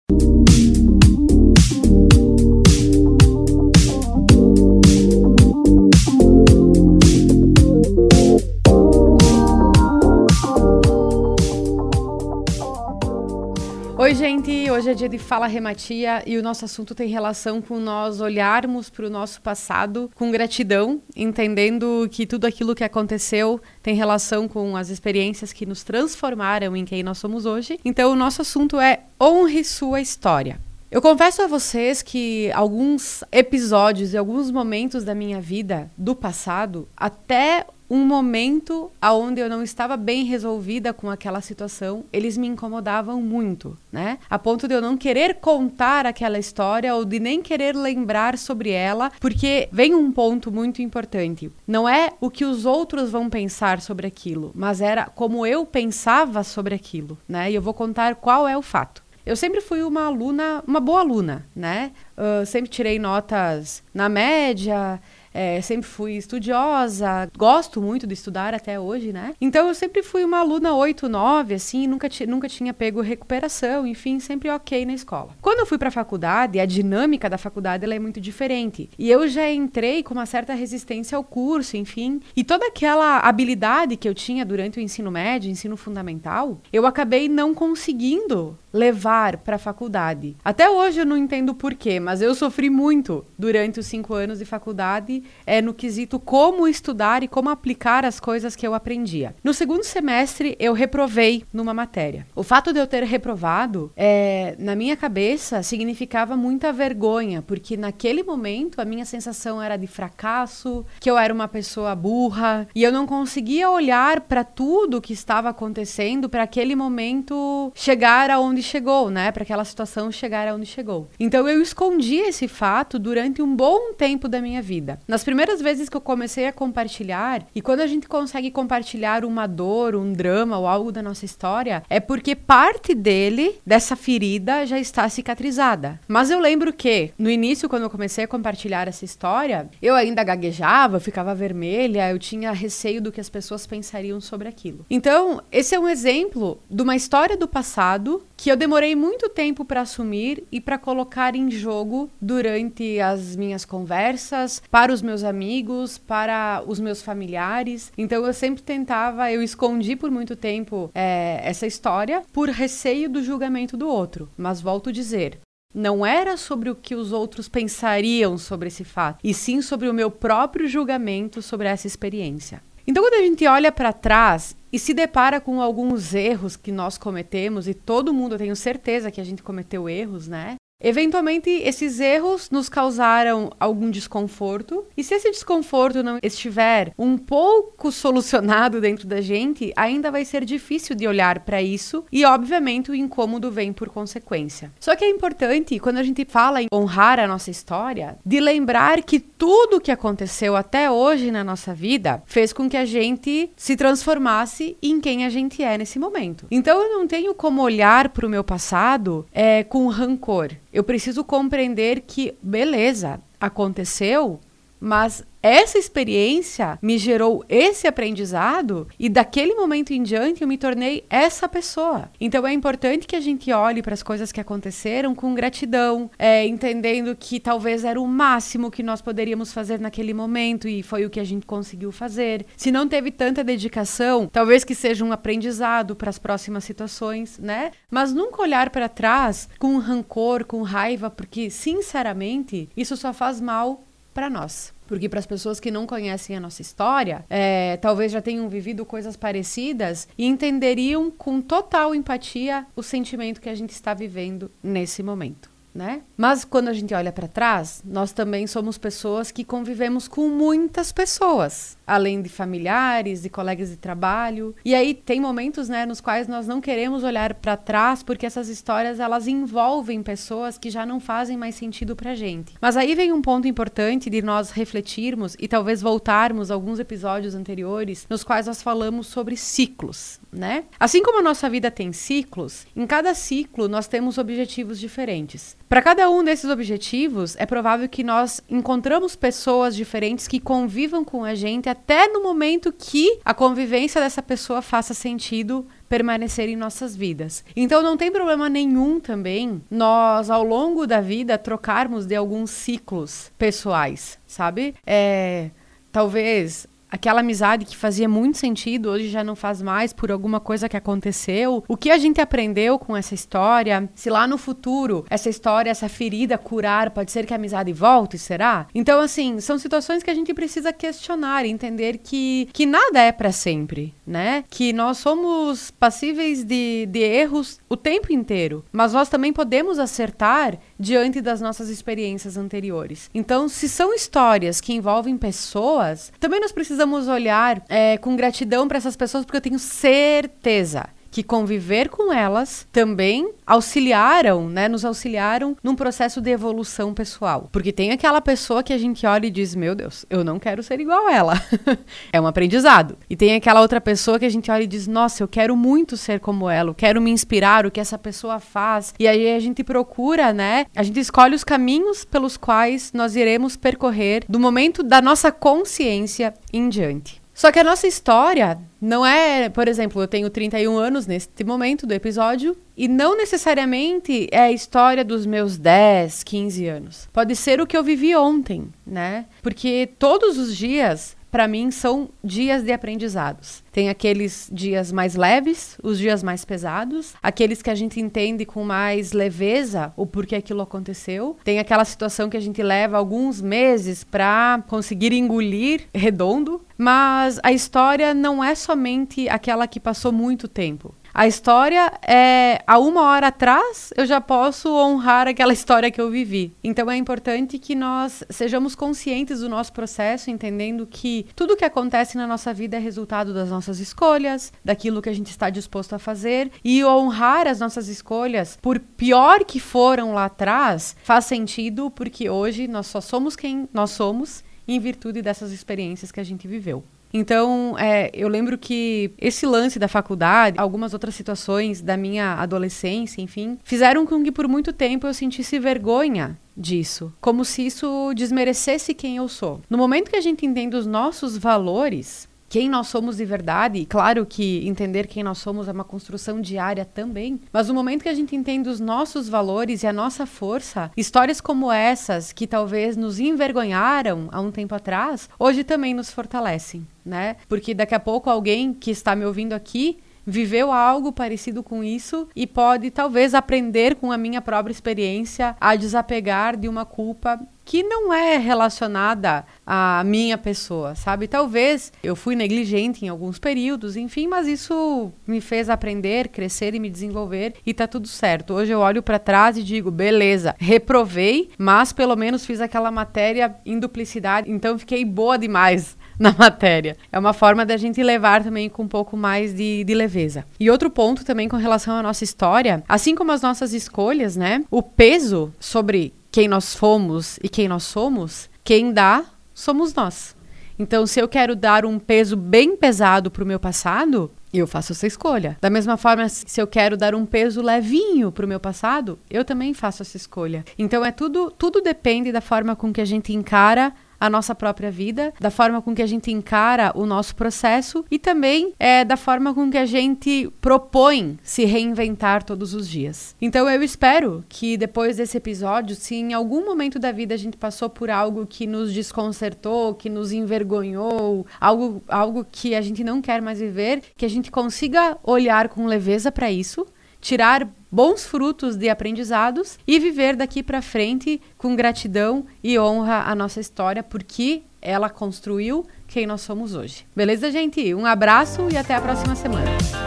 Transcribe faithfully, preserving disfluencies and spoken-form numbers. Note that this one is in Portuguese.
Oi, gente! Hoje é dia de Fala Rematia e o nosso assunto tem relação com nós olharmos para o nosso passado com gratidão, entendendo que tudo aquilo que aconteceu tem relação com as experiências que nos transformaram em quem nós somos hoje. Então, o nosso assunto é honre sua história. Eu confesso a vocês que alguns episódios e alguns momentos da minha vida do passado, até um momento onde eu não estava bem resolvida com aquela situação, eles me incomodavam muito, né? A ponto de eu não querer contar aquela história ou de nem querer lembrar sobre ela, porque vem um ponto muito importante. Não é o que os outros vão pensar sobre aquilo, mas era como eu pensava sobre aquilo, né? E eu vou contar qual é o fato. Eu sempre fui uma aluna, uma boa aluna, né? Uh, sempre tirei notas na média, é, sempre fui estudiosa, gosto muito de estudar até hoje, né? Então eu sempre fui uma aluna oito, nove, assim, nunca, t- nunca tinha pego recuperação, enfim, sempre ok na escola. Quando eu fui pra faculdade, a dinâmica da faculdade ela é muito diferente. E eu já entrei com uma certa resistência ao curso, enfim. E toda aquela habilidade que eu tinha durante o ensino médio, ensino fundamental, eu acabei não conseguindo levar para a faculdade. Até hoje eu não entendo por quê, mas eu sofri muito durante os cinco anos de faculdade é, no quesito como estudar e como aplicar as coisas que eu aprendia. No segundo semestre, eu reprovei numa matéria. O fato de eu ter reprovado, é, na minha cabeça, significava muita vergonha, porque naquele momento a minha sensação era de fracasso, que eu era uma pessoa burra, e eu não conseguia olhar para tudo que estava acontecendo para aquele momento chegar aonde chegou, né? Para aquela situação chegar aonde chegou. Então eu escondi esse fato durante um bom tempo da minha vida. Nas primeiras vezes que eu comecei a compartilhar, e quando a gente consegue compartilhar uma dor, um drama ou algo da nossa história, é porque parte dele, dessa ferida, já está cicatrizada. Mas eu lembro que, no início, quando eu comecei a compartilhar essa história, eu ainda gaguejava, ficava vermelha, eu tinha receio do que as pessoas pensariam sobre aquilo. Então, esse é um exemplo de uma história do passado que eu demorei muito tempo para assumir e para colocar em jogo durante as minhas conversas, para os meus amigos, para os meus familiares. Então eu sempre tentava, eu escondi por muito tempo é, essa história por receio do julgamento do outro. Mas volto a dizer, não era sobre o que os outros pensariam sobre esse fato, e sim sobre o meu próprio julgamento sobre essa experiência. Então, quando a gente olha para trás e se depara com alguns erros que nós cometemos, e todo mundo, eu tenho certeza que a gente cometeu erros, né? Eventualmente, esses erros nos causaram algum desconforto, e se esse desconforto não estiver um pouco solucionado dentro da gente, ainda vai ser difícil de olhar para isso, e obviamente o incômodo vem por consequência. Só que é importante, quando a gente fala em honrar a nossa história, de lembrar que tudo que aconteceu até hoje na nossa vida fez com que a gente se transformasse em quem a gente é nesse momento. Então eu não tenho como olhar para o meu passado é, com rancor. Eu preciso compreender que, beleza, aconteceu, mas essa experiência me gerou esse aprendizado e daquele momento em diante eu me tornei essa pessoa. Então é importante que a gente olhe para as coisas que aconteceram com gratidão, é, entendendo que talvez era o máximo que nós poderíamos fazer naquele momento e foi o que a gente conseguiu fazer. Se não teve tanta dedicação, talvez que seja um aprendizado para as próximas situações, né? Mas nunca olhar para trás com rancor, com raiva, porque sinceramente isso só faz mal para nós. Porque para as pessoas que não conhecem a nossa história, é, talvez já tenham vivido coisas parecidas e entenderiam com total empatia o sentimento que a gente está vivendo nesse momento, né? Mas quando a gente olha para trás, nós também somos pessoas que convivemos com muitas pessoas, além de familiares, de colegas de trabalho. E aí tem momentos, né, nos quais nós não queremos olhar para trás porque essas histórias elas envolvem pessoas que já não fazem mais sentido pra gente. Mas aí vem um ponto importante de nós refletirmos e talvez voltarmos a alguns episódios anteriores nos quais nós falamos sobre ciclos, né? Assim como a nossa vida tem ciclos, em cada ciclo nós temos objetivos diferentes. Para cada um desses objetivos, é provável que nós encontramos pessoas diferentes que convivam com a gente até no momento que a convivência dessa pessoa faça sentido permanecer em nossas vidas. Então não tem problema nenhum também nós, ao longo da vida, trocarmos de alguns ciclos pessoais, sabe? É, talvez aquela amizade que fazia muito sentido, hoje já não faz mais por alguma coisa que aconteceu. O que a gente aprendeu com essa história? Se lá no futuro essa história, essa ferida curar, pode ser que a amizade volte, será? Então, assim, são situações que a gente precisa questionar e entender que, que nada é para sempre, né? Que nós somos passíveis de, de erros o tempo inteiro, mas nós também podemos acertar diante das nossas experiências anteriores. Então, se são histórias que envolvem pessoas, também nós precisamos Precisamos olhar é, com gratidão para essas pessoas, porque eu tenho certeza que conviver com elas também auxiliaram, né, nos auxiliaram num processo de evolução pessoal. Porque tem aquela pessoa que a gente olha e diz, meu Deus, eu não quero ser igual a ela. É um aprendizado. E tem aquela outra pessoa que a gente olha e diz, nossa, eu quero muito ser como ela, eu quero me inspirar, o que essa pessoa faz. E aí a gente procura, né, a gente escolhe os caminhos pelos quais nós iremos percorrer do momento da nossa consciência em diante. Só que a nossa história não é, por exemplo, eu tenho trinta e um anos neste momento do episódio e não necessariamente é a história dos meus dez, quinze anos. Pode ser o que eu vivi ontem, né? Porque todos os dias, para mim, são dias de aprendizados. Tem aqueles dias mais leves, os dias mais pesados, aqueles que a gente entende com mais leveza o porquê aquilo aconteceu. Tem aquela situação que a gente leva alguns meses para conseguir engolir redondo, mas a história não é somente aquela que passou muito tempo. A história é, há uma hora atrás, eu já posso honrar aquela história que eu vivi. Então é importante que nós sejamos conscientes do nosso processo, entendendo que tudo que acontece na nossa vida é resultado das nossas escolhas, daquilo que a gente está disposto a fazer, e honrar as nossas escolhas, por pior que foram lá atrás, faz sentido porque hoje nós só somos quem nós somos em virtude dessas experiências que a gente viveu. Então, é, eu lembro que esse lance da faculdade, algumas outras situações da minha adolescência, enfim, fizeram com que por muito tempo eu sentisse vergonha disso, como se isso desmerecesse quem eu sou. No momento que a gente entende os nossos valores, quem nós somos de verdade, e claro que entender quem nós somos é uma construção diária também, mas no momento que a gente entende os nossos valores e a nossa força, histórias como essas, que talvez nos envergonharam há um tempo atrás, hoje também nos fortalecem, né? Porque daqui a pouco alguém que está me ouvindo aqui viveu algo parecido com isso e pode talvez aprender com a minha própria experiência a desapegar de uma culpa que não é relacionada à minha pessoa, sabe? Talvez eu fui negligente em alguns períodos, enfim, mas isso me fez aprender, crescer e me desenvolver e tá tudo certo. Hoje eu olho para trás e digo, beleza, reprovei, mas pelo menos fiz aquela matéria em duplicidade, então fiquei boa demais na matéria. É uma forma da gente levar também com um pouco mais de, de leveza. E outro ponto também com relação à nossa história, assim como as nossas escolhas, né? O peso sobre quem nós fomos e quem nós somos, quem dá somos nós. Então, se eu quero dar um peso bem pesado para o meu passado, eu faço essa escolha. Da mesma forma, se eu quero dar um peso levinho para o meu passado, eu também faço essa escolha. Então, é tudo, tudo depende da forma com que a gente encara a nossa própria vida, da forma com que a gente encara o nosso processo e também é, da forma com que a gente propõe se reinventar todos os dias. Então eu espero que depois desse episódio, se em algum momento da vida a gente passou por algo que nos desconcertou, que nos envergonhou, algo, algo que a gente não quer mais viver, que a gente consiga olhar com leveza para isso, tirar bons frutos de aprendizados e viver daqui para frente com gratidão e honra a nossa história, porque ela construiu quem nós somos hoje. Beleza, gente? Um abraço e até a próxima semana.